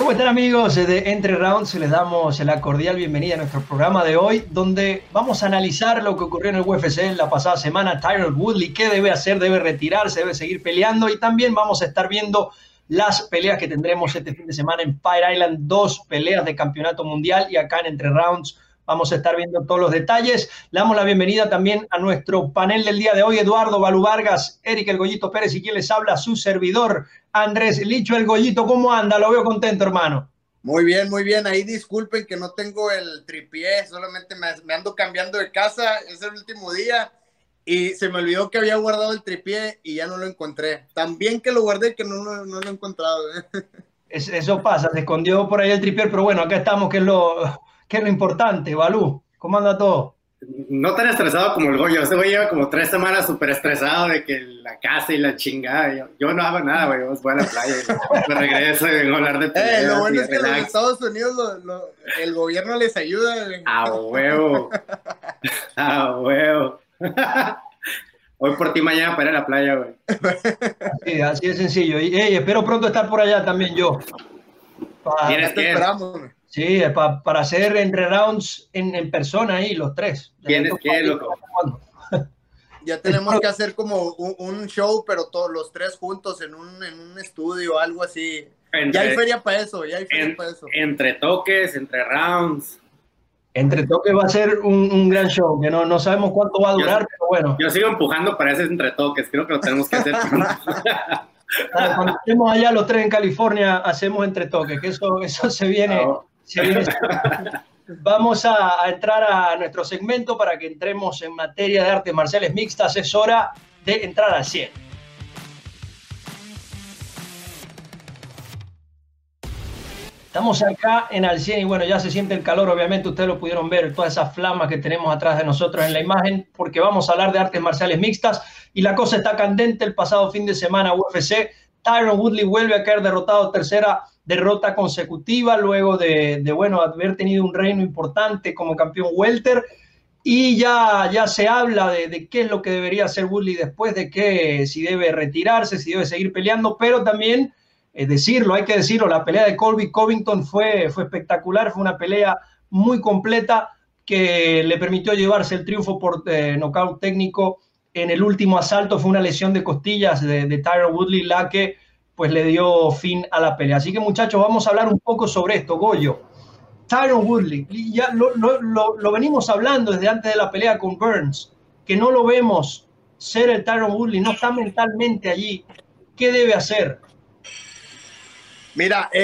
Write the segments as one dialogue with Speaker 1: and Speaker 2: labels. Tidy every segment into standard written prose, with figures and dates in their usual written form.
Speaker 1: ¿Cómo están, amigos de Entre Rounds? Les damos la cordial bienvenida a nuestro programa de hoy, donde vamos a analizar lo que ocurrió en el UFC en la pasada semana. Tyron Woodley, ¿qué debe hacer? ¿Debe retirarse? ¿Debe seguir peleando? Y también vamos a estar viendo las peleas que tendremos este fin de semana en Fight Island, 2 peleas de campeonato mundial, y acá en Entre Rounds vamos a estar viendo todos los detalles. Le damos la bienvenida también a nuestro panel del día de hoy: Eduardo Balú Vargas, Eric El Goyito Pérez y quien les habla, su servidor, Andrés Licho El Goyito. ¿Cómo anda? Lo veo contento, hermano.
Speaker 2: Muy bien, muy bien. Ahí disculpen que no tengo el tripié, solamente me ando cambiando de casa, es el último día y se me olvidó que había guardado el tripié y ya no lo encontré. Tan bien que lo guardé que no lo he encontrado.
Speaker 1: Eso pasa, se escondió por ahí el tripié, pero bueno, acá estamos, que es lo importante. Balú, ¿cómo anda todo?
Speaker 3: No tan estresado como el Goyo. Ese güey lleva como 3 semanas súper estresado de que la casa y la chingada. Yo no hago nada, güey. Voy a la playa y me regreso y vengo a hablar de peleas.
Speaker 2: Lo bueno es que en los Estados Unidos el gobierno les ayuda.
Speaker 3: A huevo. A huevo. Hoy por ti, mañana para ir a la playa, güey.
Speaker 1: Así de sencillo. Y espero pronto estar por allá también yo.
Speaker 3: Tienes que
Speaker 2: esperamos.
Speaker 1: Sí, para hacer Entre Rounds en persona ahí, los tres.
Speaker 3: Tienes que, loco.
Speaker 2: Ya tenemos que hacer como un show, pero todos los tres juntos en un estudio, algo así. Ya hay feria para eso,
Speaker 3: Entre toques, entre rounds.
Speaker 1: Entre toques va a ser un gran show, que no sabemos cuánto va a durar, pero bueno.
Speaker 3: Yo sigo empujando para ese entre toques, creo que lo tenemos que hacer.
Speaker 1: Cuando estemos allá los tres en California, hacemos entre toques, que eso se viene.
Speaker 3: Oh.
Speaker 1: Vamos a entrar a nuestro segmento para que entremos en materia de artes marciales mixtas. Es hora de entrar al 100. Estamos acá en al 100 y bueno, ya se siente el calor, obviamente ustedes lo pudieron ver, todas esas flamas que tenemos atrás de nosotros en la imagen, porque vamos a hablar de artes marciales mixtas y la cosa está candente. El pasado fin de semana UFC, Tyron Woodley vuelve a caer derrotado, tercera derrota consecutiva, luego de haber tenido un reino importante como campeón welter, y ya se habla de qué es lo que debería hacer Woodley después, de que si debe retirarse, si debe seguir peleando, pero también hay que decirlo, la pelea de Colby Covington fue espectacular, fue una pelea muy completa que le permitió llevarse el triunfo por nocaut técnico en el último asalto. Fue una lesión de costillas de Tyron Woodley la que pues le dio fin a la pelea. Así que, muchachos, vamos a hablar un poco sobre esto. Goyo, Tyron Woodley, ya lo venimos hablando desde antes de la pelea con Burns, que no lo vemos ser el Tyron Woodley, no está mentalmente allí. ¿Qué debe hacer?
Speaker 2: Mira,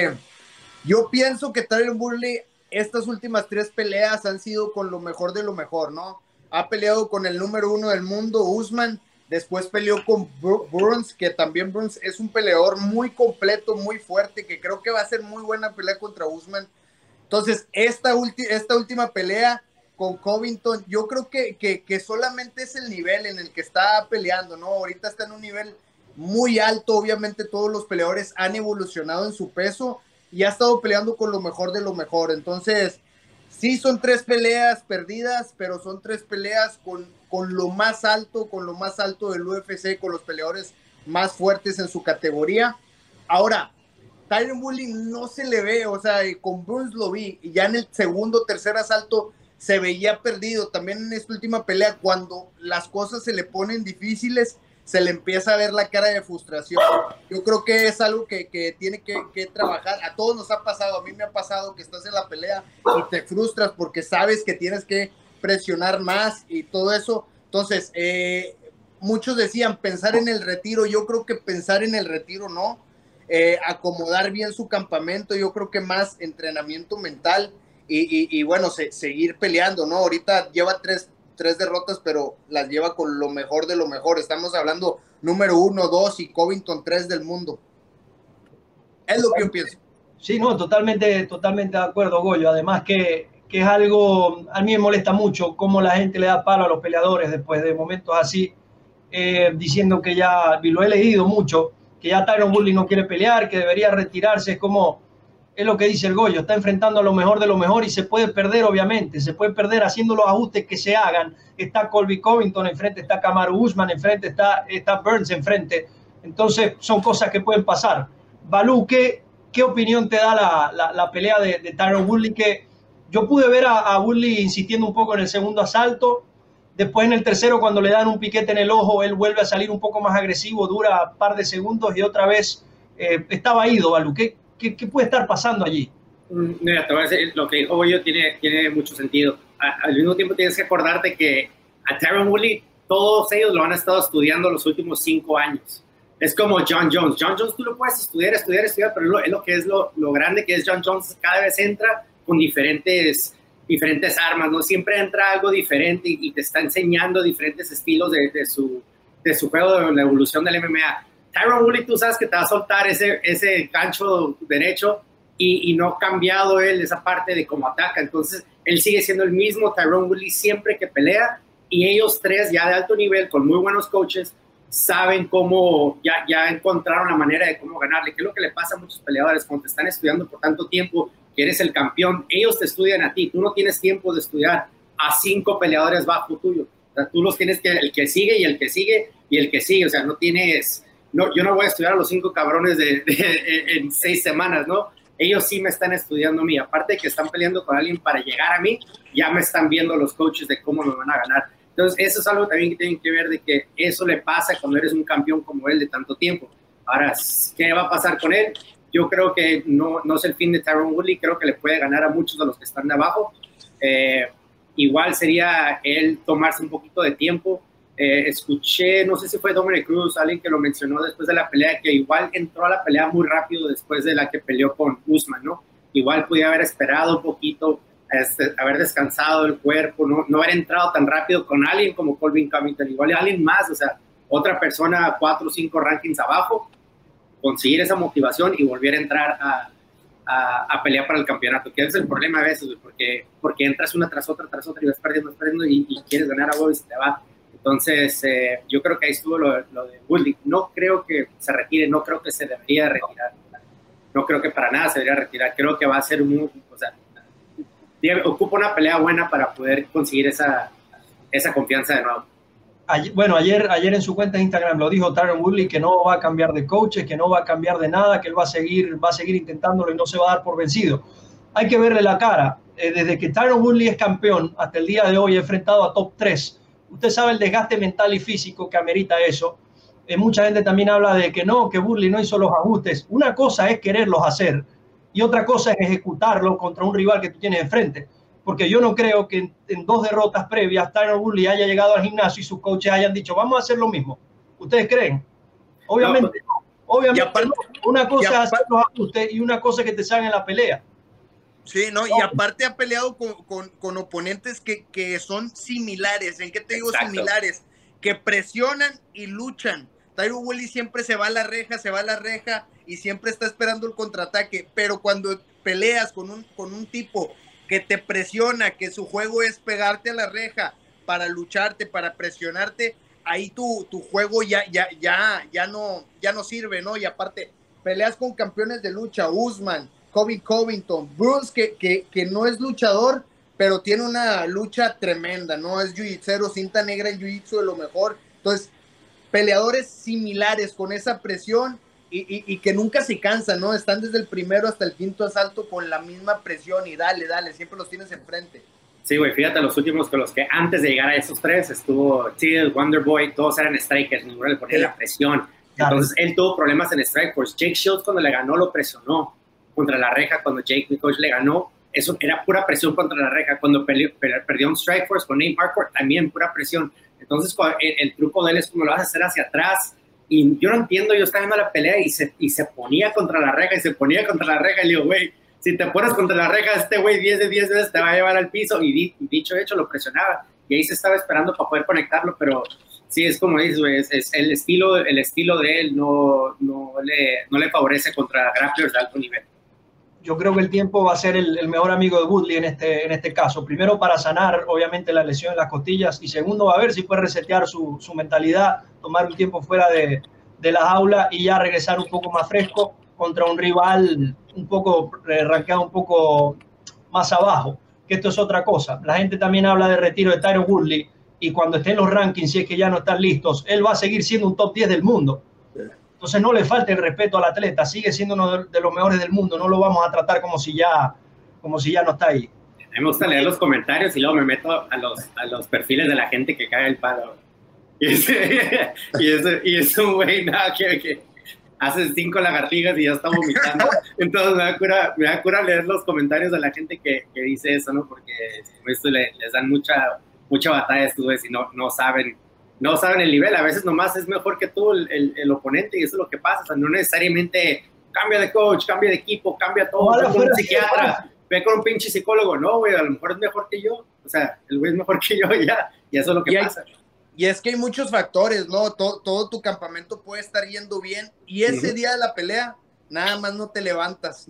Speaker 2: yo pienso que Tyron Woodley, estas últimas 3 peleas han sido con lo mejor de lo mejor, ¿no? Ha peleado con el número 1 del mundo, Usman. Después peleó con Burns, que también Burns es un peleador muy completo, muy fuerte, que creo que va a ser muy buena pelea contra Usman. Entonces, esta última pelea con Covington, yo creo que solamente es el nivel en el que está peleando, ¿no? Ahorita está en un nivel muy alto. Obviamente todos los peleadores han evolucionado en su peso y ha estado peleando con lo mejor de lo mejor. Entonces, sí, son 3 peleas perdidas, pero son 3 peleas con lo más alto del UFC, con los peleadores más fuertes en su categoría. Ahora, Tyron Woodley no se le ve, o sea, con Burns lo vi, y ya en el segundo, tercer asalto se veía perdido. También en esta última pelea, cuando las cosas se le ponen difíciles, se le empieza a ver la cara de frustración. Yo creo que es algo que tiene que trabajar. A todos nos ha pasado, a mí me ha pasado que estás en la pelea y te frustras porque sabes que tienes que presionar más y todo eso. Entonces, muchos decían pensar en el retiro. Yo creo que pensar en el retiro no. Acomodar bien su campamento, yo creo que más entrenamiento mental y bueno, seguir peleando, ¿no? Ahorita lleva tres derrotas, pero las lleva con lo mejor de lo mejor. Estamos hablando número 1, 2 y Covington 3 del mundo. Es lo que yo pienso.
Speaker 1: Sí, no, totalmente de acuerdo, Goyo. Además que es algo, a mí me molesta mucho cómo la gente le da palo a los peleadores después de momentos así, diciendo que ya, y lo he leído mucho, que ya Tyron Woodley no quiere pelear, que debería retirarse. Es lo que dice el Goyo, está enfrentando a lo mejor de lo mejor y se puede perder, obviamente, se puede perder haciendo los ajustes que se hagan. Está Colby Covington enfrente, está Kamaru Usman enfrente, está Burns enfrente. Entonces son cosas que pueden pasar. Balú, ¿qué ¿qué opinión te da la pelea de Tyron Woodley? Que yo pude ver a Woodley insistiendo un poco en el segundo asalto. Después en el tercero, cuando le dan un piquete en el ojo, él vuelve a salir un poco más agresivo, dura un par de segundos y otra vez estaba ido, Balú. ¿Qué puede estar pasando allí?
Speaker 3: Mira, te voy a decir, lo que dijo Goyo tiene mucho sentido. Al mismo tiempo tienes que acordarte que a Tyron Woodley todos ellos lo han estado estudiando los últimos 5 años. Es como John Jones. John Jones tú lo puedes estudiar, pero es lo que es lo grande que es John Jones. Cada vez entra con diferentes armas, ¿no? Siempre entra algo diferente y te está enseñando diferentes estilos de su juego, de la evolución del MMA. Tyron Woodley, tú sabes que te va a soltar ese gancho derecho y no ha cambiado él esa parte de cómo ataca. Entonces, él sigue siendo el mismo Tyron Woodley siempre que pelea, y ellos tres ya de alto nivel, con muy buenos coaches, saben cómo, ya encontraron la manera de cómo ganarle, que es lo que le pasa a muchos peleadores cuando te están estudiando por tanto tiempo, que eres el campeón. Ellos te estudian a ti, tú no tienes tiempo de estudiar a 5 peleadores bajo tuyo. O sea, tú los tienes que, el que sigue y el que sigue y el que sigue. O sea, no tienes, yo no voy a estudiar a los 5 cabrones en 6 semanas, ¿no? Ellos sí me están estudiando a mí. Aparte de que están peleando con alguien para llegar a mí, ya me están viendo los coaches de cómo me van a ganar. Entonces, eso es algo también que tienen que ver, de que eso le pasa cuando eres un campeón como él de tanto tiempo. Ahora, ¿qué va a pasar con él? Yo creo que no es el fin de Tyron Woodley. Creo que le puede ganar a muchos de los que están de abajo. Igual sería él tomarse un poquito de tiempo. Escuché, no sé si fue Dominick Cruz, alguien que lo mencionó después de la pelea, que igual entró a la pelea muy rápido después de la que peleó con Usman, ¿no? Igual podía haber esperado un poquito, haber descansado el cuerpo, no haber entrado tan rápido con alguien como Colby Covington, igual alguien más, o sea, otra persona 4 o 5 rankings abajo, conseguir esa motivación y volver a entrar a pelear para el campeonato, que es el problema a veces, porque entras una tras otra y vas perdiendo y quieres ganar a huevo y se te va. Entonces, yo creo que ahí estuvo lo de Woodley. No creo que se retire, no creo que se debería retirar. No creo que para nada se debería retirar. Creo que va a ser ocupa una pelea buena para poder conseguir esa confianza de nuevo.
Speaker 1: Ayer en su cuenta de Instagram lo dijo Tyron Woodley, que no va a cambiar de coaches, que no va a cambiar de nada, que él va a seguir intentándolo y no se va a dar por vencido. Hay que verle la cara. Desde que Tyron Woodley es campeón hasta el día de hoy, ha enfrentado a top 3. Usted sabe el desgaste mental y físico que amerita eso. Mucha gente también habla de que Woodley no hizo los ajustes. Una cosa es quererlos hacer y otra cosa es ejecutarlo contra un rival que tú tienes enfrente. Porque yo no creo que en 2 derrotas previas Tyron Woodley haya llegado al gimnasio y sus coaches hayan dicho, vamos a hacer lo mismo. ¿Ustedes creen? Obviamente no. Obviamente aparte, no. Una cosa es hacer los ajustes y una cosa es que te salgan en la pelea.
Speaker 2: Sí, no, y aparte ha peleado con oponentes que son similares. ¿En qué te digo? Exacto. Similares, que presionan y luchan. Tyron Woodley siempre se va a la reja y siempre está esperando el contraataque, pero cuando peleas con un tipo que te presiona, que su juego es pegarte a la reja para lucharte, para presionarte, ahí tu juego ya no sirve, ¿no? Y aparte, peleas con campeones de lucha, Usman, Colby Covington, Bruce, que no es luchador, pero tiene una lucha tremenda, ¿no? Es jiu-jitsu, cinta negra en jiu-jitsu de lo mejor. Entonces, peleadores similares con esa presión y que nunca se cansan, ¿no? Están desde el primero hasta el 5º asalto con la misma presión y dale, siempre los tienes enfrente.
Speaker 3: Sí, güey, fíjate, los últimos con los que antes de llegar a esos 3 estuvo Till, Wonderboy, todos eran strikers, ninguno le ponía la presión. Entonces, él tuvo problemas en Strike Force. Jake Shields, cuando le ganó, lo presionó contra la reja. Cuando Jake, mi coach, le ganó, eso era pura presión contra la reja. Cuando perdió un Strike Force con Nate Marquardt, también pura presión. Entonces, el truco de él es como lo vas a hacer hacia atrás. Y yo no entiendo, yo estaba viendo la pelea y se ponía contra la reja y le digo, güey, si te pones contra la reja, este güey 10 de 10 veces te va a llevar al piso. Y dicho hecho, lo presionaba. Y ahí se estaba esperando para poder conectarlo, pero sí, es como dices, güey, es el estilo de él no le favorece contra grapplers de alto nivel.
Speaker 1: Yo creo que el tiempo va a ser el mejor amigo de Woodley en este caso. Primero, para sanar, obviamente, la lesión en las costillas. Y segundo, va a ver si puede resetear su mentalidad, tomar un tiempo fuera de la jaula y ya regresar un poco más fresco contra un rival un poco rankeado un poco más abajo. Que esto es otra cosa. La gente también habla de retiro de Tyron Woodley y cuando esté en los rankings, si es que ya no están listos, él va a seguir siendo un top 10 del mundo. Entonces no le falte el respeto al atleta, sigue siendo uno de los mejores del mundo, no lo vamos a tratar como si ya no está ahí.
Speaker 3: A mí me gusta leer los comentarios y luego me meto a los perfiles de la gente que cae el palo. Y es un güey nada que hace 5 lagartijas y ya está vomitando. Entonces me da cura leer los comentarios de la gente que dice eso, ¿no? Porque esto les dan mucha batalla a estos güeyes y no saben el nivel. A veces nomás es mejor que tú el oponente y eso es lo que pasa. O sea, no necesariamente cambia de coach, cambia de equipo, cambia todo. Ve con un psiquiatra, ve con un pinche psicólogo. No, güey, a lo mejor es mejor que yo. O sea, el güey es mejor que yo ya. Y eso es lo que pasa.
Speaker 2: Y es que hay muchos factores, ¿no? Todo tu campamento puede estar yendo bien y ese día de la pelea nada más no te levantas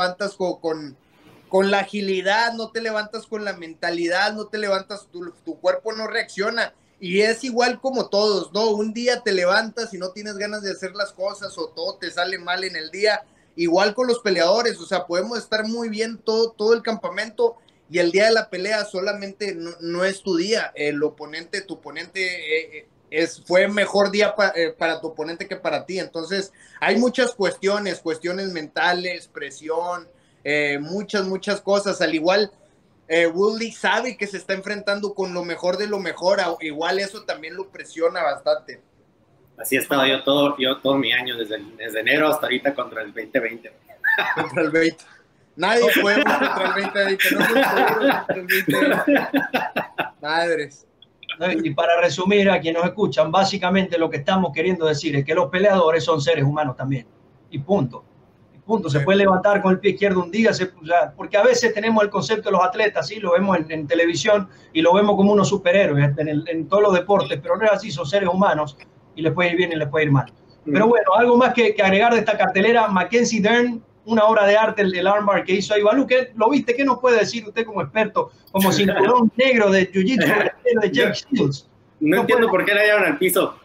Speaker 2: con la agilidad, no te levantas con la mentalidad, no te levantas, tu cuerpo no reacciona. Y es igual como todos, ¿no? Un día te levantas y no tienes ganas de hacer las cosas o todo te sale mal en el día. Igual con los peleadores, o sea, podemos estar muy bien todo el campamento y el día de la pelea solamente no es tu día. Tu oponente fue mejor día para tu oponente que para ti. Entonces, hay muchas cuestiones mentales, presión, muchas cosas. Al igual, Woodley sabe que se está enfrentando con lo mejor de lo mejor. Igual eso también lo presiona bastante.
Speaker 3: Así he estado yo todo mi año, desde enero hasta ahorita contra el 2020.
Speaker 2: Contra el 20. Nadie podemos contra el 2020. No estoy seguro contra el 2020. Madres.
Speaker 1: Y para resumir a quienes nos escuchan, básicamente lo que estamos queriendo decir es que los peleadores son seres humanos también. Y punto. Se puede levantar con el pie izquierdo un día, porque a veces tenemos el concepto de los atletas, ¿sí? Lo vemos en televisión y lo vemos como unos superhéroes en todos los deportes, pero no es así, son seres humanos y les puede ir bien y les puede ir mal. Pero bueno, algo más que agregar de esta cartelera. Mackenzie Dern, una obra de arte, el armbar que hizo ahí. Balú, ¿qué lo viste? ¿Qué nos puede decir usted como experto, como cinturón negro de Jiu-Jitsu de Jake Shields?
Speaker 3: No entiendo por qué la llevan al piso.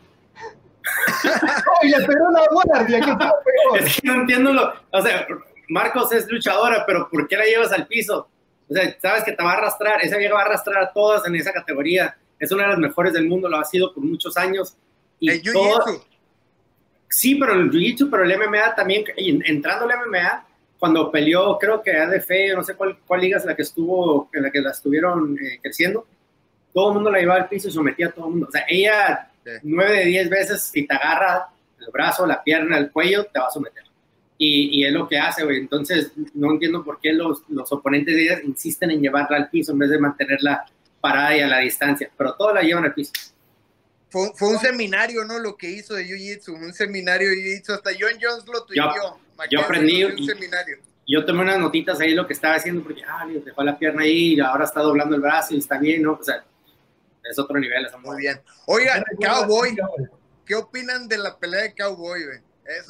Speaker 1: Y le pegó la guardia. ¿Qué fue peor?
Speaker 3: Es que no entiendo o sea, Marcos es luchadora, pero ¿por qué la llevas al piso? O sea, sabes que te va a arrastrar, esa vieja va a arrastrar a todas en esa categoría. Es una de las mejores del mundo, lo ha sido por muchos años. Y
Speaker 2: el Jiu-Jitsu.
Speaker 3: Sí, pero el Jiu-Jitsu, pero el MMA también, entrando al MMA, cuando peleó, creo que ADF, no sé cuál liga es la que la estuvieron creciendo, todo el mundo la llevaba al piso y sometía a todo el mundo. O sea, ella 9 de 10 veces, si te agarra el brazo, la pierna, el cuello, te va a someter. Y es lo que hace, güey. Entonces, no entiendo por qué los oponentes de ella insisten en llevarla al piso en vez de mantenerla parada y a la distancia. Pero todos la llevan al piso.
Speaker 2: Fue un seminario, ¿no? Lo que hizo de Jiu-Jitsu, un seminario de Jiu-Jitsu. Hasta John Jones lo tuiteó.
Speaker 3: Yo aprendí. Yo tomé unas notitas ahí lo que estaba haciendo porque, le dejó la pierna ahí y ahora está doblando el brazo y está bien, ¿no? O sea, es otro nivel.
Speaker 2: Muy bien. Oiga, Cowboy, ¿qué opinan de la pelea de Cowboy, güey?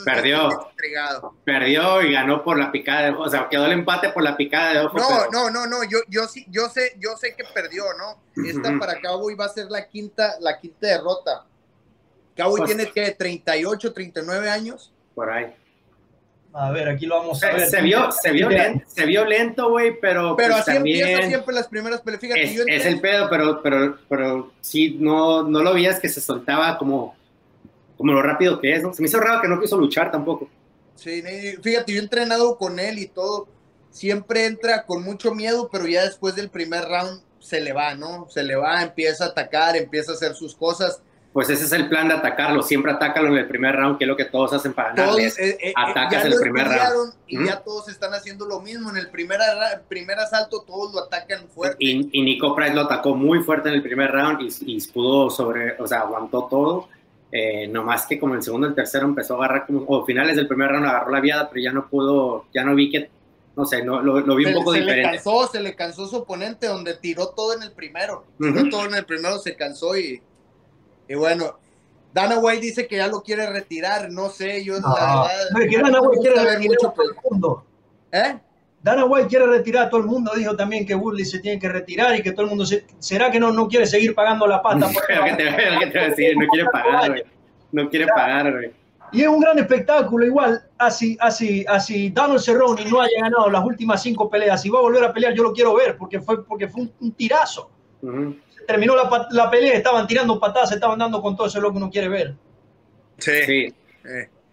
Speaker 3: Perdió y ganó por la picada de ojo. O sea, quedó el empate por la picada de ojo.
Speaker 2: No. Yo sé que perdió, ¿no? Esta para Cowboy va a ser la quinta derrota. Cowboy tiene que 38, 39 años.
Speaker 3: Por ahí.
Speaker 1: A ver, aquí lo vamos a ver.
Speaker 3: Se vio lento, güey, pero
Speaker 2: pues así
Speaker 3: también
Speaker 2: empieza siempre las primeras peleas. Fíjate,
Speaker 3: es el pedo, pero sí, no lo veías que se soltaba como lo rápido que es, ¿no? Se me hizo raro que no quiso luchar tampoco.
Speaker 2: Sí, fíjate, yo he entrenado con él y todo, siempre entra con mucho miedo, pero ya después del primer round se le va, ¿no? Se le va, empieza a atacar, empieza a hacer sus cosas.
Speaker 3: Pues ese es el plan de atacarlo, siempre atácalo en el primer round, que es lo que todos hacen para ganarles. Atacas en el primer round.
Speaker 2: Y ya todos están haciendo lo mismo, en el primer asalto todos lo atacan fuerte.
Speaker 3: Y Nico Price lo atacó muy fuerte en el primer round y pudo aguantó todo. Nomás que como el segundo y el tercero empezó a agarrar o finales del primer round agarró la viada, pero ya no vi que, no sé, lo vi un poco diferente.
Speaker 2: Se le cansó su oponente donde tiró todo en el primero. Se cansó y bueno, Dana White dice que ya lo quiere retirar, no sé, yo la verdad.
Speaker 1: Que Dana White quiere retirar a todo el mundo. Dana White quiere retirar a todo el mundo, dijo también que Woodley se tiene que retirar y que todo el mundo ¿será que no quiere seguir pagando la pata?
Speaker 3: Lo que te voy a decir, no quiere pagar, güey. No quiere pagar, güey.
Speaker 1: Y es un gran espectáculo, igual, así Donald Cerrone no haya ganado las últimas 5 peleas, si va a volver a pelear, yo lo quiero ver, porque fue un tirazo. Terminó la pelea, estaban tirando patadas, se estaban dando con todo, eso es lo que uno quiere ver.
Speaker 2: Sí.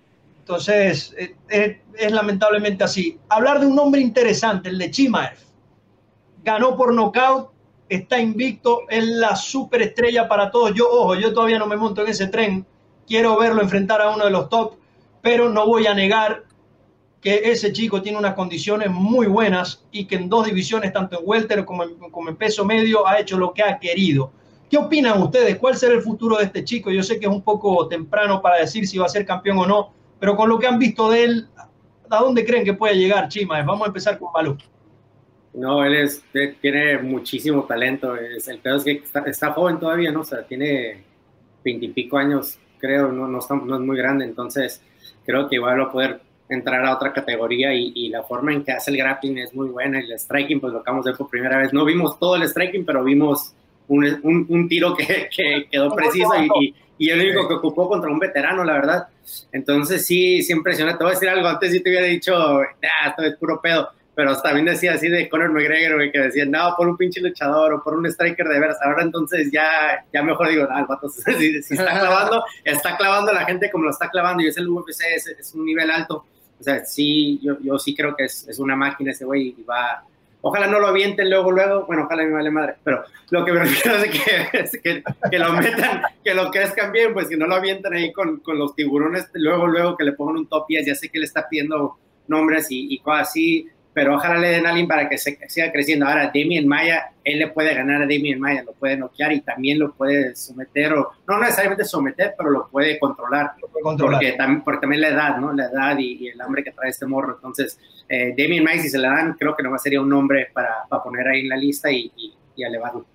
Speaker 1: Entonces, es lamentablemente así. Hablar de un nombre interesante, el de Chimaev. Ganó por nocaut, está invicto, es la superestrella para todos. Yo todavía no me monto en ese tren. Quiero verlo enfrentar a uno de los top, pero no voy a negar que ese chico tiene unas condiciones muy buenas y que en 2 divisiones, tanto en welter como en peso medio, ha hecho lo que ha querido. ¿Qué opinan ustedes? ¿Cuál será el futuro de este chico? Yo sé que es un poco temprano para decir si va a ser campeón o no, pero con lo que han visto de él, ¿a dónde creen que puede llegar, Chimaev? Vamos a empezar con Malú.
Speaker 3: No, tiene muchísimo talento. El peor es que está joven todavía, ¿no? O sea, tiene 20 y pico años, creo, no es muy grande. Entonces, creo que igual va a poder entrar a otra categoría y la forma en que hace el grappling es muy buena. Y el striking, pues lo acabamos de ver por primera vez. No vimos todo el striking, pero vimos un tiro que quedó preciso y el único que ocupó contra un veterano, la verdad. Entonces, sí impresiona. Te voy a decir algo. Antes sí te hubiera dicho, esto es puro pedo. Pero también decía así de Conor McGregor, güey, que decía, no, por un pinche luchador o por un striker de veras. Ahora entonces ya mejor digo, el vato si está clavando a la gente como lo está clavando, y es el UFC, es un nivel alto. O sea, sí, yo sí creo que es una máquina ese güey y va... Ojalá no lo avienten luego, bueno, ojalá me vale madre, pero lo que me refiero es que lo metan, que lo crezcan bien, pues que no lo avienten ahí con los tiburones, luego que le pongan un top 10, ya sé que le está pidiendo nombres y cosas así, pero ojalá le den a alguien para que siga creciendo. Ahora, Demian Maia, él le puede ganar a Demian Maia, lo puede noquear y también lo puede someter, o no necesariamente someter, pero lo puede controlar. Porque también la edad, ¿no? La edad y el hambre que trae este morro. Entonces, Demian Maia, si se le dan, creo que nomás sería un nombre para poner ahí en la lista y elevarlo.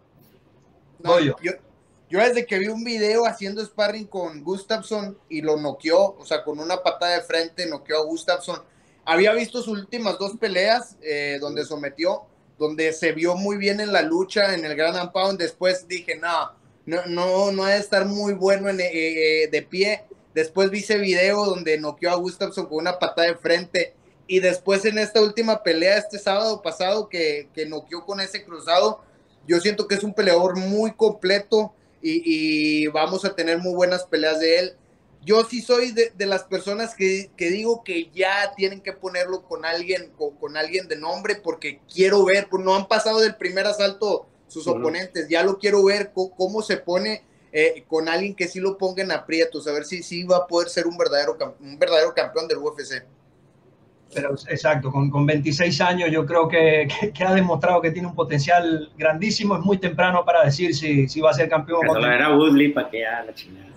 Speaker 2: No, yo desde que vi un video haciendo sparring con Gustafsson y lo noqueó, o sea, con una patada de frente noqueó a Gustafsson. Había visto sus últimas 2 peleas donde sometió, donde se vio muy bien en la lucha, en el Ground and Pound. Después dije, no ha de estar muy bueno de pie. Después vi ese video donde noqueó a Gustafsson con una patada de frente. Y después en esta última pelea, este sábado pasado, que noqueó con ese cruzado, yo siento que es un peleador muy completo y vamos a tener muy buenas peleas de él. Yo sí soy de las personas que digo que ya tienen que ponerlo con alguien de nombre, porque quiero ver, pues no han pasado del primer asalto sus oponentes, ya lo quiero ver cómo se pone con alguien que sí lo ponga en aprietos, a ver si sí va a poder ser un verdadero campeón del UFC.
Speaker 1: Pero exacto, con 26 años yo creo que ha demostrado que tiene un potencial grandísimo. Es muy temprano para decir si va a ser campeón.
Speaker 3: Eso lo era Woodley para que la chingada.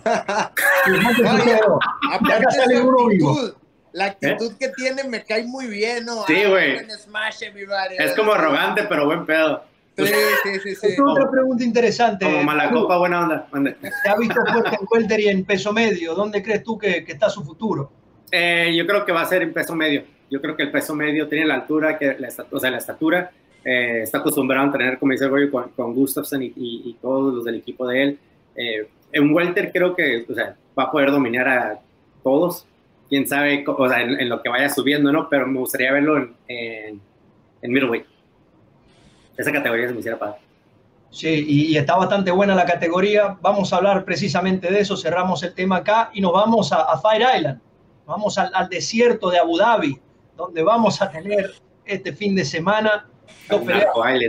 Speaker 2: La actitud que tiene me cae muy bien, ¿no?
Speaker 3: Sí, güey. Es como arrogante, pero buen pedo.
Speaker 2: Sí.
Speaker 1: Otra pregunta interesante.
Speaker 3: Como Malacopa, buena onda.
Speaker 1: ¿Te ha visto fuerte en welter y en peso medio? ¿Dónde crees tú que está su futuro?
Speaker 3: Yo creo que va a ser en peso medio. Yo creo que el peso medio tiene la altura, la estatura. Está acostumbrado a entrenar, como dice el Goyo, con Gustafsson y todos los del equipo de él. En welter creo que va a poder dominar a todos. Quién sabe, en lo que vaya subiendo, ¿no? Pero me gustaría verlo en middleweight. Esa categoría se me hiciera padre.
Speaker 1: Sí, y está bastante buena la categoría. Vamos a hablar precisamente de eso. Cerramos el tema acá y nos vamos a Fire Island. Vamos al desierto de Abu Dhabi, donde vamos a tener este fin de semana 2 peleas.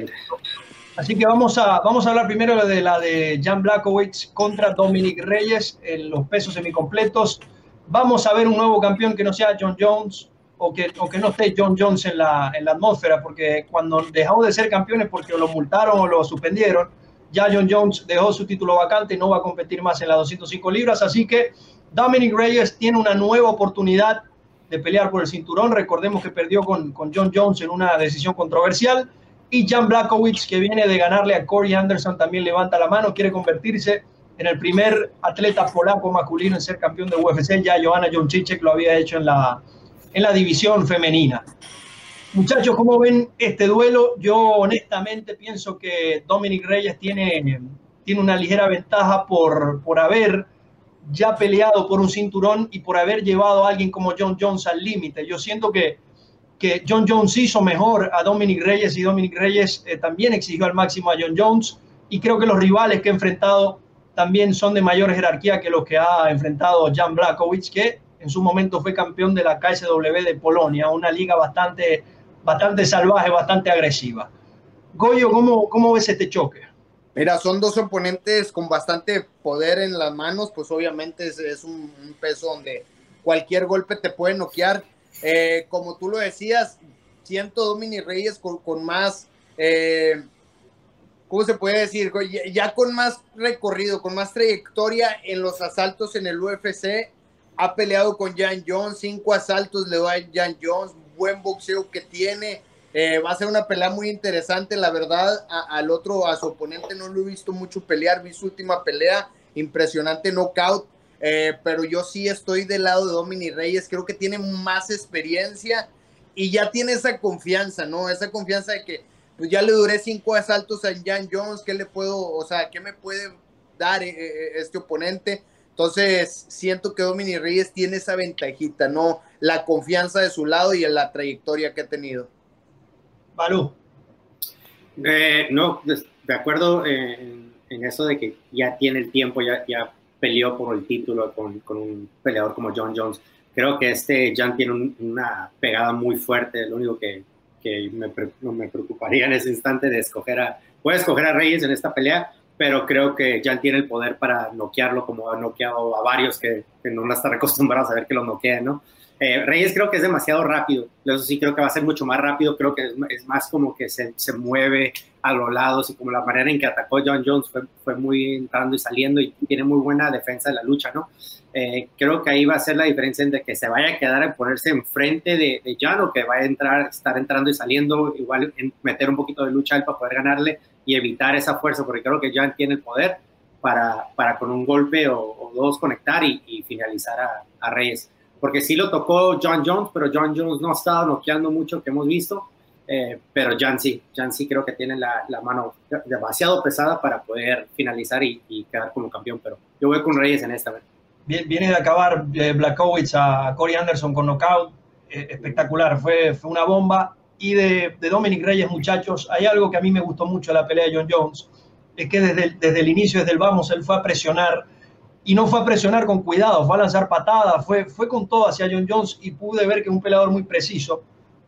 Speaker 1: Así que vamos a hablar primero de la de Jan Blachowicz contra Dominic Reyes en los pesos semicompletos. Vamos a ver un nuevo campeón que no sea Jon Jones o que no esté Jon Jones en la atmósfera, porque cuando dejó de ser campeones porque lo multaron o lo suspendieron, ya Jon Jones dejó su título vacante y no va a competir más en las 205 libras. Así que Dominic Reyes tiene una nueva oportunidad de pelear por el cinturón. Recordemos que perdió con Jon Jones en una decisión controversial. Y Jan Blachowicz, que viene de ganarle a Corey Anderson, también levanta la mano, quiere convertirse en el primer atleta polaco masculino en ser campeón de UFC. Ya Joanna Jędrzejczyk lo había hecho en la división femenina. Muchachos, ¿cómo ven este duelo? Yo honestamente pienso que Dominic Reyes tiene una ligera ventaja por haber ya peleado por un cinturón y por haber llevado a alguien como Jon Jones al límite. Yo siento que Jon Jones hizo mejor a Dominic Reyes y Dominic Reyes también exigió al máximo a Jon Jones, y creo que los rivales que ha enfrentado también son de mayor jerarquía que los que ha enfrentado Jan Blachowicz, que en su momento fue campeón de la KSW de Polonia, una liga bastante salvaje, bastante agresiva. Goyo, ¿cómo ves este choque?
Speaker 2: Mira, son dos oponentes con bastante poder en las manos, pues obviamente es un peso donde cualquier golpe te puede noquear. Como tú lo decías, siento Dominic Reyes con más, ¿cómo se puede decir? Ya con más recorrido, con más trayectoria en los asaltos en el UFC. Ha peleado con Jan Jones, 5 asaltos le da a Jan Jones, buen boxeo que tiene. Va a ser una pelea muy interesante, la verdad. A su oponente no lo he visto mucho pelear, vi su última pelea, impresionante knockout, pero yo sí estoy del lado de Dominic Reyes, creo que tiene más experiencia y ya tiene esa confianza, ¿no? Esa confianza de que pues ya le duré 5 asaltos a Jan Jones, ¿qué me puede dar este oponente? Entonces, siento que Dominic Reyes tiene esa ventajita, ¿no? La confianza de su lado y en la trayectoria que ha tenido.
Speaker 1: Balú.
Speaker 3: No, de acuerdo en eso de que ya tiene el tiempo, ya peleó por el título con un peleador como Jon Jones. Creo que Jan tiene una pegada muy fuerte. Lo único que me preocuparía en ese instante de puede escoger a Reyes en esta pelea, pero creo que Jan tiene el poder para noquearlo, como ha noqueado a varios que no están acostumbrados a ver que lo noqueen, ¿no? Reyes creo que es demasiado rápido, eso sí creo que va a ser mucho más rápido, creo que es más como que se mueve a los lados y como la manera en que atacó Jon Jones fue muy entrando y saliendo y tiene muy buena defensa de la lucha, ¿no? Creo que ahí va a ser la diferencia entre que se vaya a quedar en ponerse enfrente de Jan o que vaya a estar entrando y saliendo, igual meter un poquito de lucha a él para poder ganarle y evitar esa fuerza, porque creo que Jan tiene el poder para con un golpe o dos conectar y finalizar a Reyes. Porque sí lo tocó Jon Jones, pero Jon Jones no ha estado noqueando mucho que hemos visto, pero Jan sí creo que tiene la mano demasiado pesada para poder finalizar y quedar como campeón, pero yo voy con Reyes en esta vez.
Speaker 1: Viene de acabar Blachowicz a Corey Anderson con knockout, espectacular, fue una bomba. Y de Dominic Reyes, muchachos, hay algo que a mí me gustó mucho de la pelea de Jon Jones, es que desde el inicio, desde el vamos, él fue a presionar, y no fue a presionar con cuidado, fue a lanzar patadas, fue con todo hacia Jon Jones y pude ver que es un peleador muy preciso,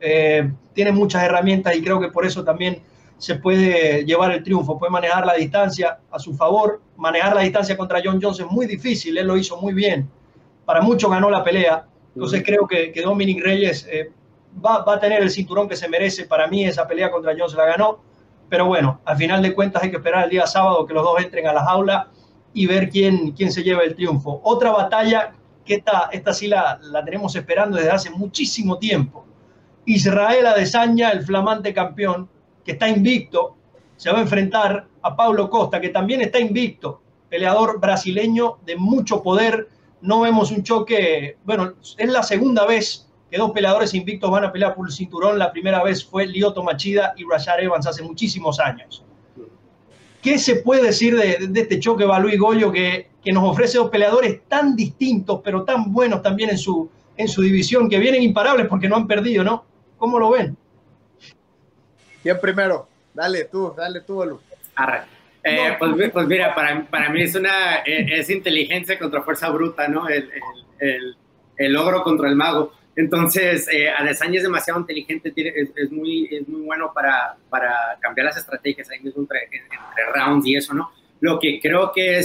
Speaker 1: tiene muchas herramientas y creo que por eso también se puede llevar el triunfo, puede manejar la distancia a su favor. Manejar la distancia contra Jon Jones es muy difícil, él lo hizo muy bien, para mucho ganó la pelea, entonces creo que Dominic Reyes va a tener el cinturón que se merece. Para mí esa pelea contra Jones la ganó, pero bueno, al final de cuentas hay que esperar el día sábado que los dos entren a la jaula y ver quién se lleva el triunfo. Otra batalla que esta sí la tenemos esperando desde hace muchísimo tiempo. Israel Adesanya, el flamante campeón, que está invicto, se va a enfrentar a Paulo Costa, que también está invicto, peleador brasileño de mucho poder. No vemos un choque, bueno, es la segunda vez que dos peleadores invictos van a pelear por el cinturón. La primera vez fue Lyoto Machida y Rashad Evans hace muchísimos años. ¿Qué se puede decir de este choque, Balú y Goyo, que nos ofrece dos peleadores tan distintos, pero tan buenos también en su división, que vienen imparables porque no han perdido, ¿no? ¿Cómo lo ven?
Speaker 2: ¿Quién primero? Dale tú, Balú.
Speaker 3: Pues mira, para mí es inteligencia contra fuerza bruta, ¿no? El ogro contra el mago. Entonces, Adesanya es demasiado inteligente, es muy bueno para cambiar las estrategias ahí mismo entre rounds y eso, ¿no? Lo que creo que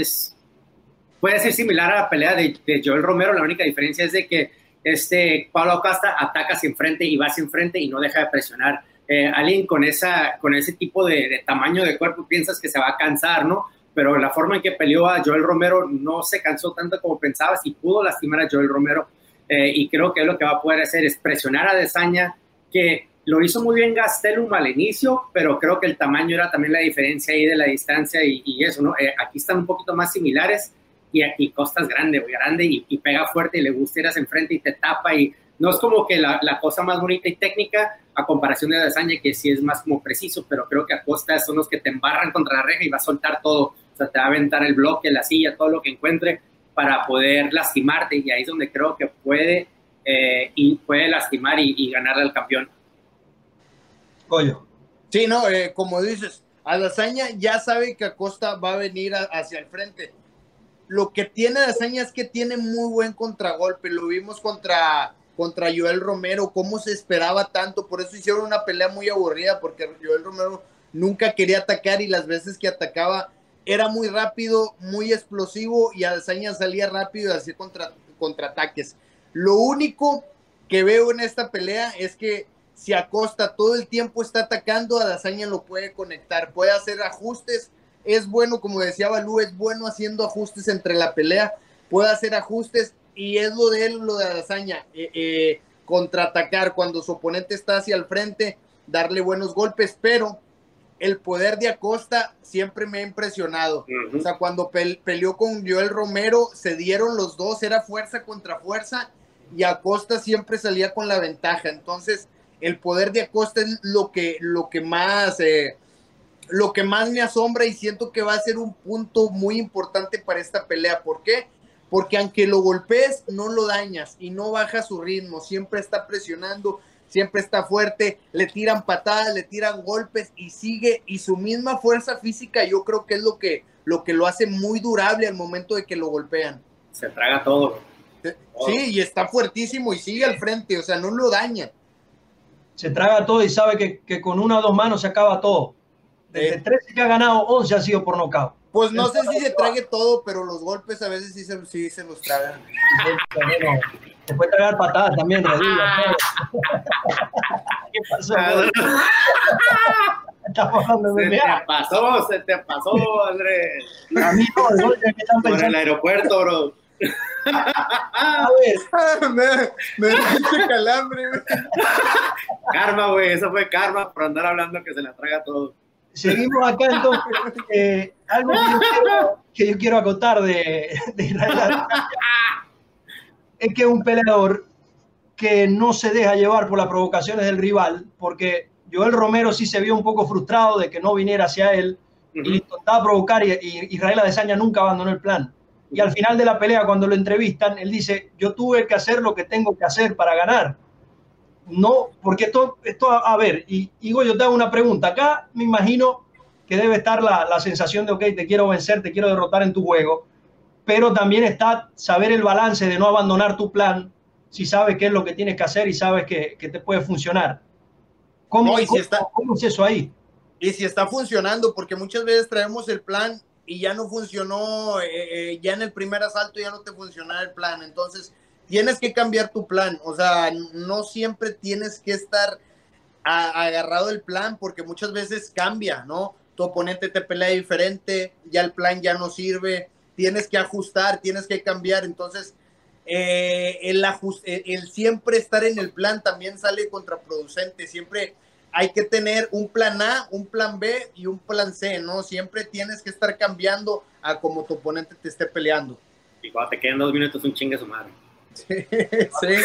Speaker 3: puede ser similar a la pelea de Joel Romero. La única diferencia es de que Paulo Costa ataca hacia enfrente y va hacia enfrente y no deja de presionar. Alguien con ese tipo de tamaño de cuerpo piensas que se va a cansar, ¿no? Pero la forma en que peleó a Joel Romero no se cansó tanto como pensabas y pudo lastimar a Joel Romero. Y creo que lo que va a poder hacer es presionar a Adesanya, que lo hizo muy bien Gastelum al inicio, pero creo que el tamaño era también la diferencia ahí de la distancia y eso, ¿no? Aquí están un poquito más similares y aquí Costa es grande y pega fuerte y le gusta ir hacia enfrente y te tapa y no es como que la cosa más bonita y técnica a comparación de Adesanya, que sí es más como preciso, pero creo que a Costa son los que te embarran contra la reja y va a soltar todo, o sea, te va a aventar el bloque, la silla, todo lo que encuentre para poder lastimarte y ahí es donde creo que puede lastimar y ganarle al campeón.
Speaker 1: Goyo.
Speaker 2: Sí, no, como dices, Adesanya ya sabe que Acosta va a venir hacia el frente. lo que tiene Adesanya es que tiene muy buen contragolpe. Lo vimos contra Yoel Romero, cómo se esperaba tanto. Por eso hicieron una pelea muy aburrida, porque Yoel Romero nunca quería atacar y las veces que atacaba era muy rápido, muy explosivo y Adesanya salía rápido y hacía contraataques. Lo único que veo en esta pelea es que si Acosta todo el tiempo está atacando, Adesanya lo puede conectar, puede hacer ajustes. Es bueno, como decía Balú, es bueno haciendo ajustes entre la pelea, puede hacer ajustes y es lo de él, lo de Adesanya, contraatacar cuando su oponente está hacia el frente, darle buenos golpes, pero el poder de Acosta siempre me ha impresionado. O sea, cuando peleó con Yoel Romero, se dieron los dos, era fuerza contra fuerza y Acosta siempre salía con la ventaja. Entonces, el poder de Acosta es lo que más me asombra y siento que va a ser un punto muy importante para esta pelea. ¿Por qué? Porque aunque lo golpees, no lo dañas y no baja su ritmo, siempre está presionando, siempre está fuerte, le tiran patadas, le tiran golpes y sigue, y su misma fuerza física yo creo que es lo que lo hace muy durable al momento de que lo golpean.
Speaker 3: Se traga todo.
Speaker 2: Sí, y está fuertísimo y sigue al frente, o sea, no lo daña.
Speaker 1: Se traga todo y sabe que con una o dos manos se acaba todo. Desde 13 que ha ganado, 11 ha sido por nocaut.
Speaker 2: Pues no sé si se trague todo, pero los golpes a veces sí se los tragan.
Speaker 1: Bueno, se puede tragar patadas también, Redilla. ¿Qué pasó? Estamos hablando de
Speaker 3: Se te pasó, Andrés.
Speaker 1: A mí no, el gol que están
Speaker 3: Por
Speaker 1: pensando.
Speaker 3: el aeropuerto, bro.
Speaker 1: A ver,
Speaker 2: me dio calambre, güey.
Speaker 3: Karma, güey, eso fue karma por andar hablando que se la traga todo.
Speaker 1: seguimos acá entonces. Algo que yo quiero acotar de Israel es que es un peleador que no se deja llevar por las provocaciones del rival, porque Yoel Romero sí se vio un poco frustrado de que no viniera hacia él y intentaba provocar y Israel Adesanya nunca abandonó el plan. Y al final de la pelea, cuando lo entrevistan, él dice, yo tuve que hacer lo que tengo que hacer para ganar. No, porque esto a ver, y yo te hago una pregunta. Acá me imagino que debe estar la sensación de, ok, te quiero vencer, te quiero derrotar en tu juego, pero también está saber el balance de no abandonar tu plan si sabes qué es lo que tienes que hacer y sabes que te puede funcionar. ¿Cómo es eso ahí?
Speaker 2: Y si está funcionando, porque muchas veces traemos el plan y ya no funcionó, ya en el primer asalto ya no te funcionaba el plan, entonces tienes que cambiar tu plan, o sea, no siempre tienes que estar agarrado del plan, porque muchas veces cambia, ¿no? Tu oponente te pelea diferente, ya el plan ya no sirve, tienes que ajustar, tienes que cambiar, entonces el siempre estar en el plan también sale contraproducente, siempre hay que tener un plan A, un plan B y un plan C, ¿no? Siempre tienes que estar cambiando a como tu oponente te esté peleando.
Speaker 3: Y cuando te quedan 2 minutos, un chingue su madre.
Speaker 2: Sí, sí.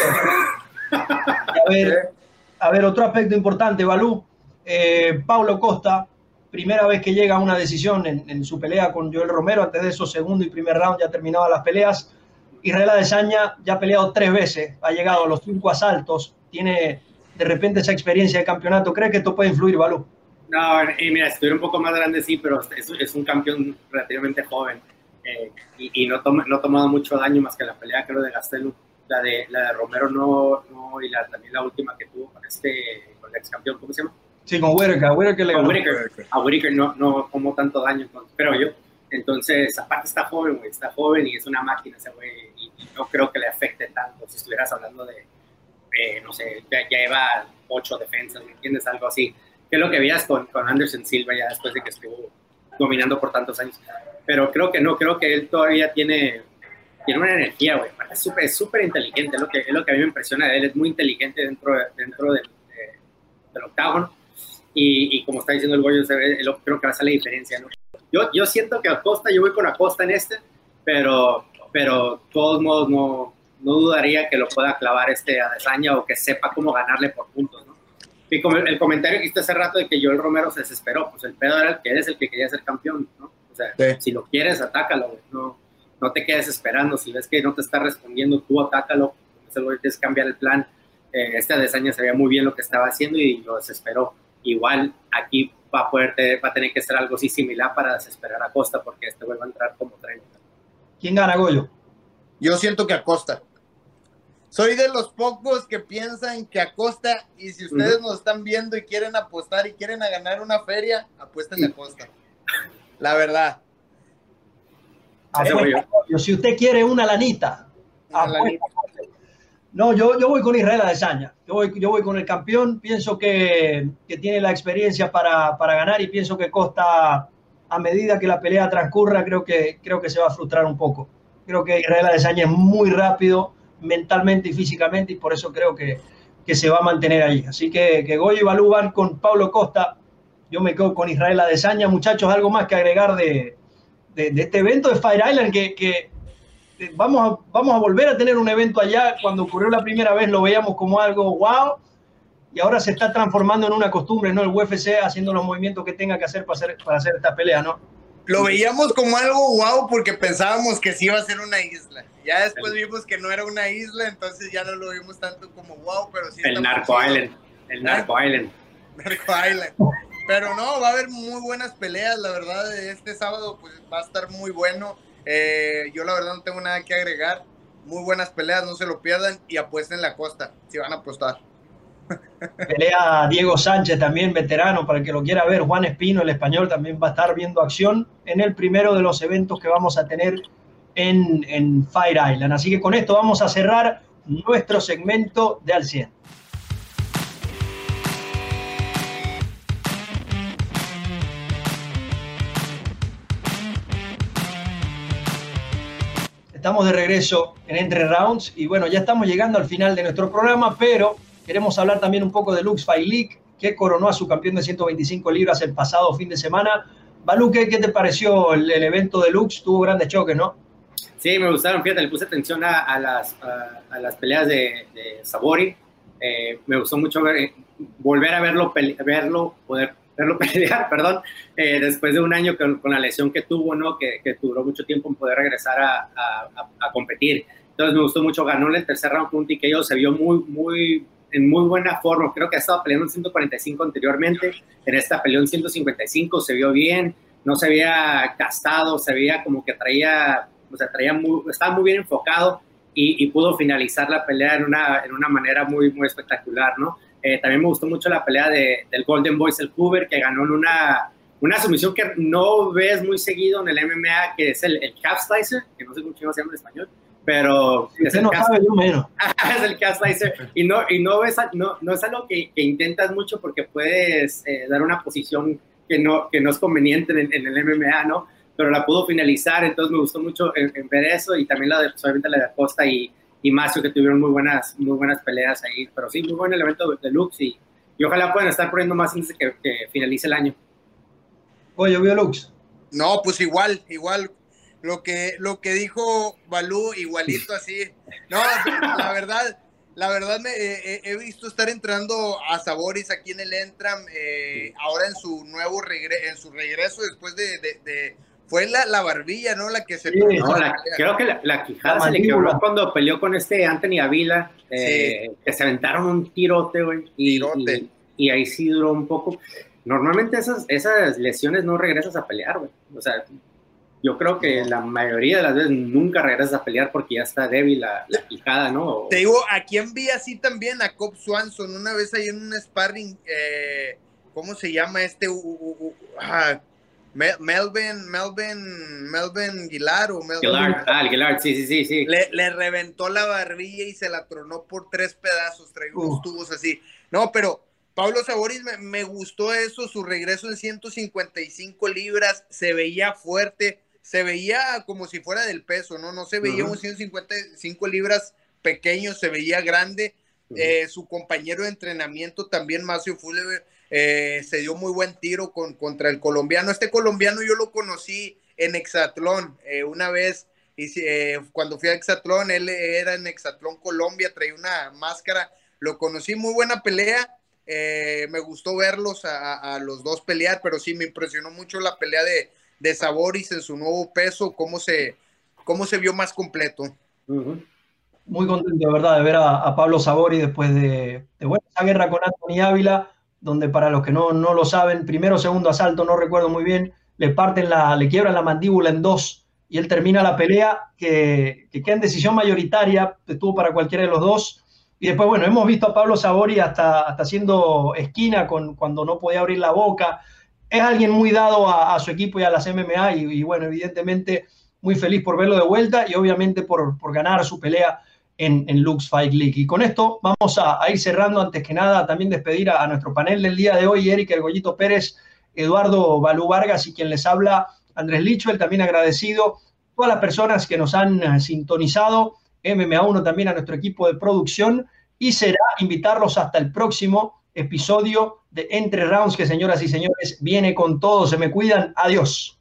Speaker 1: A ver, otro aspecto importante, Balú. Paulo Costa, primera vez que llega a una decisión en su pelea con Yoel Romero, antes de eso, segundo y primer round, ya terminaba las peleas. Israel Adesanya ya ha peleado 3 veces, ha llegado a los 5 asaltos, tiene de repente esa experiencia de campeonato. ¿Crees que esto puede influir, Balú?
Speaker 3: No, mira, si estuviera un poco más grande, sí, pero es un campeón relativamente joven y no ha tomado mucho daño más que la pelea, creo, de Gastelum. La de Romero no y también la última que tuvo con el ex campeón, ¿cómo se llama?
Speaker 1: Sí, con Whittaker le ganó.
Speaker 3: A Whittaker no tomó tanto daño, pero yo. Entonces, aparte está joven y es una máquina ese güey, y no creo que le afecte tanto. Si estuvieras hablando de, no sé, ya lleva 8 defensas, ¿me entiendes? Algo así. Que es lo que veías con Anderson Silva ya después de que estuvo dominando por tantos años. Pero creo que él todavía tiene una energía, güey. Es súper inteligente, es lo que a mí me impresiona de él. Es muy inteligente dentro del octágono. Y como está diciendo el Goyo, creo que va a ser la diferencia, ¿no? Yo siento que yo voy con Acosta en pero de todos modos no dudaría que lo pueda clavar Adesanya o que sepa cómo ganarle por puntos, ¿no? Y como el comentario que hiciste hace rato de que Yoel Romero se desesperó, pues el pedo era que eres el que quería ser campeón, ¿no? O sea, sí. Si lo quieres, atácalo, güey. No te quedes esperando. Si ves que no te está respondiendo, tú atácalo. Tienes que cambiar el plan. Adesanya sabía muy bien lo que estaba haciendo y lo desesperó. Igual aquí va a tener que ser algo así similar para desesperar a Costa, porque güey va a entrar como 30.
Speaker 1: ¿Quién gana, Goyo?
Speaker 2: Yo siento que Acosta. Soy de los pocos que piensan que Acosta, y si ustedes nos están viendo y quieren apostar y quieren a ganar una feria, apuesten a Acosta. La verdad.
Speaker 1: Si usted quiere una lanita. No, yo voy con Israel Adesanya. Yo voy con el campeón. Pienso que tiene la experiencia para ganar y pienso que Costa, a medida que la pelea transcurra, creo que se va a frustrar un poco. Creo que Israel Adesanya es muy rápido mentalmente y físicamente y por eso creo que se va a mantener ahí. Así que Goyo y Balú van con Paulo Costa. Yo me quedo con Israel Adesanya. Muchachos, algo más que agregar de este evento de Fight Island que vamos a volver a tener un evento allá. Cuando ocurrió la primera vez lo veíamos como algo wow y ahora se está transformando en una costumbre, ¿no? El UFC haciendo los movimientos que tenga que hacer para hacer esta pelea, ¿no?
Speaker 2: Lo veíamos como algo wow porque pensábamos que sí iba a ser una isla. Ya después vimos que no era una isla, entonces ya no lo vimos tanto como wow, pero sí.
Speaker 3: El Narco Island. El Narco Island.
Speaker 2: Narco Island. Pero no, va a haber muy buenas peleas, la verdad, este sábado pues va a estar muy bueno. Yo la verdad no tengo nada que agregar. Muy buenas peleas, no se lo pierdan y apuesten la Costa, si van a apostar.
Speaker 1: Pelea Diego Sánchez también, veterano, para el que lo quiera ver. Juan Espino, el español, también va a estar viendo acción en el primero de los eventos que vamos a tener en Fight Island. Así que con esto vamos a cerrar nuestro segmento de Al 100. Estamos de regreso en Entre Rounds y bueno, ya estamos llegando al final de nuestro programa, pero queremos hablar también un poco de Lux Fight League, que coronó a su campeón de 125 libras el pasado fin de semana. Balú, ¿qué te pareció el evento de Lux? Tuvo grandes choques, ¿no?
Speaker 3: Sí, me gustaron, fíjate, le puse atención a las peleas de Sabori. Me gustó mucho volver a verlo pelear, perdón, después de un año con la lesión que tuvo, ¿no? Que duró mucho tiempo en poder regresar a competir. Entonces me gustó mucho, ganó en el tercer round con un TKO, se vio en muy buena forma. Creo que ha estado peleando en 145 anteriormente, en esta peleó en 155, se vio bien, no se había gastado, se veía como que estaba muy bien enfocado y pudo finalizar la pelea en una manera muy, muy espectacular, ¿no? También me gustó mucho la pelea del Golden Boy Selkuber, que ganó en una sumisión que no ves muy seguido en el MMA, que es el calf slicer, que no sé cómo se llama en español, pero es el,
Speaker 1: no sabe, yo menos.
Speaker 3: Es el calf slicer y no es algo que intentas mucho porque puedes dar una posición que no es conveniente en el MMA, ¿no? Pero la pudo finalizar, entonces me gustó mucho en ver eso y también obviamente la de Acosta y Macio, que tuvieron muy buenas peleas ahí, pero sí, muy buen elemento de Lux y ojalá puedan estar poniendo más antes de que finalice el año.
Speaker 1: Oye, ¿vio Lux?
Speaker 2: No, pues igual, lo que dijo Balú, igualito así. No, la verdad he visto estar entrando a Saboris aquí en el Entram, ahora en su regreso después de fue la barbilla, ¿no? La que se...
Speaker 3: creo que la quijada se le quebró cuando peleó con Anthony Avila, que se aventaron un tirote, güey. Y ahí sí duró un poco. Normalmente esas lesiones no regresas a pelear, güey. O sea, yo creo que la mayoría de las veces nunca regresas a pelear porque ya está débil la quijada, ¿no?
Speaker 2: Te digo, ¿a quién vi así también? A Cobb Swanson, una vez ahí en un sparring, ¿cómo se llama Melvin Guillard
Speaker 3: Guillard, sí.
Speaker 2: Le reventó la barbilla y se la tronó por 3 pedazos, traía unos tubos así. No, pero Pablo Saboris me gustó eso, su regreso en 155 libras, se veía fuerte, se veía como si fuera del peso, no se veía un 155 libras pequeño, se veía grande. Su compañero de entrenamiento también, Macio Fuller, se dio muy buen tiro contra el colombiano. Este colombiano yo lo conocí en Hexatlón una vez, cuando fui a Hexatlón, él era en Hexatlón, Colombia, traía una máscara, lo conocí, muy buena pelea. Me gustó verlos a los dos pelear, pero sí me impresionó mucho la pelea de Saboris en su nuevo peso, cómo se vio más completo.
Speaker 1: Muy contento, de verdad, de ver a Pablo Saboris después de esa guerra con Anthony Ávila, donde para los que no lo saben, primero o segundo asalto, no recuerdo muy bien, le quiebran la mandíbula en 2 y él termina la pelea que queda en decisión mayoritaria, estuvo para cualquiera de los dos. Y después, bueno, hemos visto a Pablo Sabori hasta haciendo esquina cuando no podía abrir la boca. Es alguien muy dado a su equipo y a las MMA y bueno, evidentemente muy feliz por verlo de vuelta y obviamente por ganar su pelea en Lux Fight League. Y con esto vamos a ir cerrando. Antes que nada, también despedir a nuestro panel del día de hoy, Eric El Goyito Pérez, Eduardo Balú Vargas y quien les habla, Andrés Lichwell, también agradecido. Todas las personas que nos han sintonizado, MMA1 también a nuestro equipo de producción, y será invitarlos hasta el próximo episodio de Entre Rounds, que señoras y señores, viene con todo. Se me cuidan. Adiós.